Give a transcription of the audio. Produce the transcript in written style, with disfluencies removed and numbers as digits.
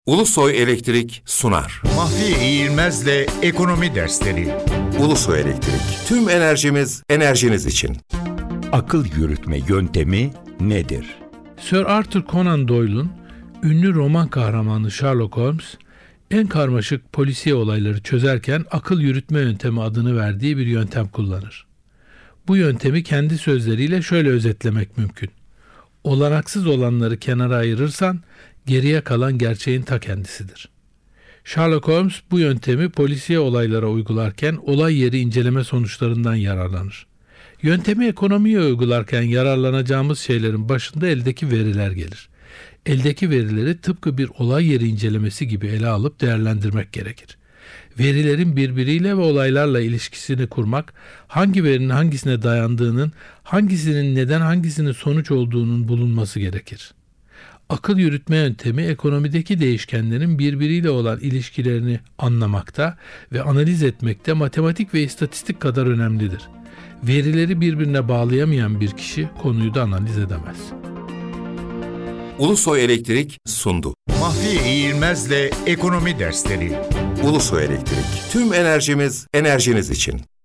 Ulusoy Elektrik sunar. Mahfiye İğilmez'le ekonomi dersleri. Ulusoy Elektrik. Tüm enerjimiz enerjiniz için. Akıl yürütme yöntemi nedir? Sir Arthur Conan Doyle'un ünlü roman kahramanı Sherlock Holmes, en karmaşık polisiye olayları çözerken akıl yürütme yöntemi adını verdiği bir yöntem kullanır. Bu yöntemi kendi sözleriyle şöyle özetlemek mümkün. Olanaksız olanları kenara ayırırsan geriye kalan gerçeğin ta kendisidir. Sherlock Holmes bu yöntemi polisiye olaylara uygularken olay yeri inceleme sonuçlarından yararlanır. Yöntemi ekonomiye uygularken yararlanacağımız şeylerin başında eldeki veriler gelir. Eldeki verileri tıpkı bir olay yeri incelemesi gibi ele alıp değerlendirmek gerekir. Verilerin birbiriyle ve olaylarla ilişkisini kurmak, hangi verinin hangisine dayandığının, hangisinin neden hangisinin sonuç olduğunun bulunması gerekir. Akıl yürütme yöntemi ekonomideki değişkenlerin birbiriyle olan ilişkilerini anlamakta ve analiz etmekte matematik ve istatistik kadar önemlidir. Verileri birbirine bağlayamayan bir kişi konuyu da analiz edemez. Ulusoy Elektrik sundu. Mahfiye İğilmez'le ekonomi dersleri. Ulusoy Elektrik. Tüm enerjimiz enerjiniz için.